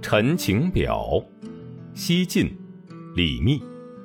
陈情表，西晋，李密。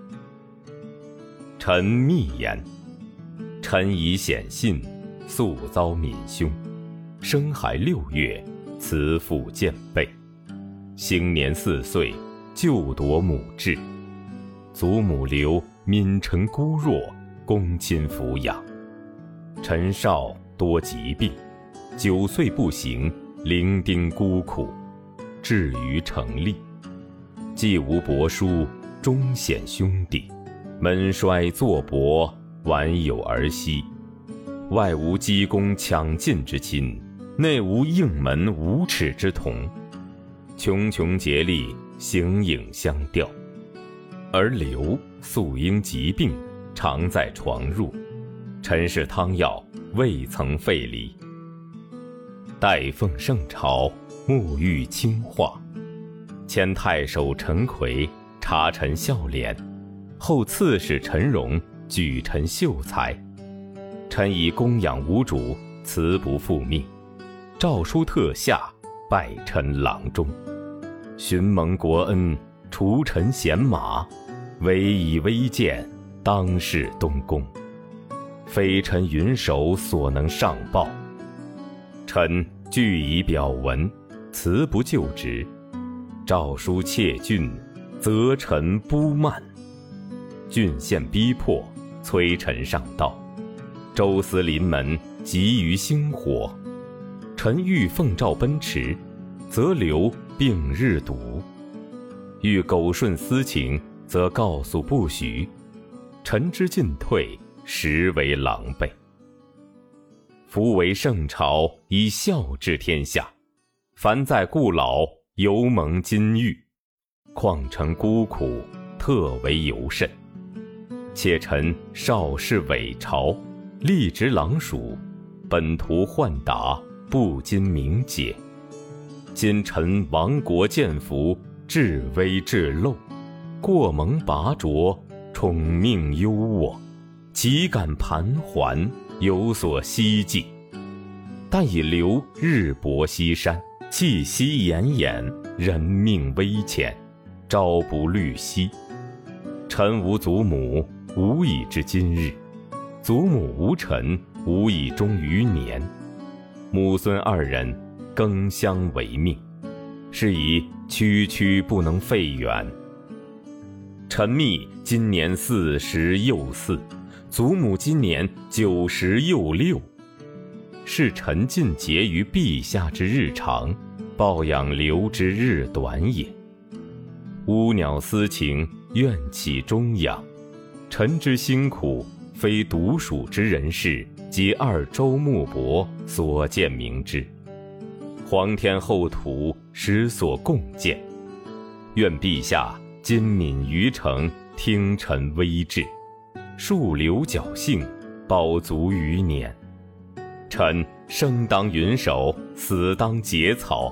臣密言：臣以显信，素遭闵凶。生孩6月，慈父见背。兴年4岁，就夺母志。祖母刘悯臣孤弱，躬亲抚养。臣少多疾病，9岁不行，伶仃孤苦，至于成立。既无伯叔，终显兄弟。门衰祚薄，晚有儿媳。外无积功抢进之亲，内无应门无耻之童。穷穷竭力，形影相吊。而刘素因疾病，常在床褥。臣是汤药，未曾废离。待奉圣朝，沐浴清化。迁太守陈奎察臣孝廉，后刺史陈荣举臣秀才。臣以供养无主，辞不复命。诏书特下，拜臣郎中。寻蒙国恩，除臣贤马。委以微贱，当世东宫。非臣云手所能上报。臣据以表文，辞不就职。诏书窃郡，责臣不慢。郡县逼迫，催臣上道。周司临门，急于星火。臣欲奉诏奔驰，则刘并日堵。欲苟顺私情，则告诉不许。臣之进退，实为狼狈。夫为圣朝，以孝治天下。凡在故老，犹蒙金玉。况臣孤苦，特为尤甚。且臣少侍伪朝，吏职郎署，本图宦达，不禁明解。今臣亡国见福，至微至陋，过蒙拔擢，宠命优渥，岂敢盘桓，有所希冀。但以刘日薄西山，气息奄奄，人命危浅，朝不虑夕。臣无祖母，无以至今日；祖母无臣，无以终余年。母孙2人，更相为命，是以区区不能废远。臣密今年40又4，祖母今年90又6。是臣尽节于陛下之日长，抱养刘之日短也。乌鸟私情，愿起终养。臣之辛苦，非独属之人士及2州牧伯所见明之。皇天厚土，实所共鉴。愿陛下今敏于诚，听臣微志，恕刘侥幸，保足余年。臣生当云手，死当结草。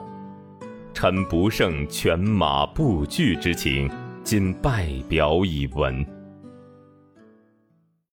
臣不胜犬马步具之情，今拜表以闻。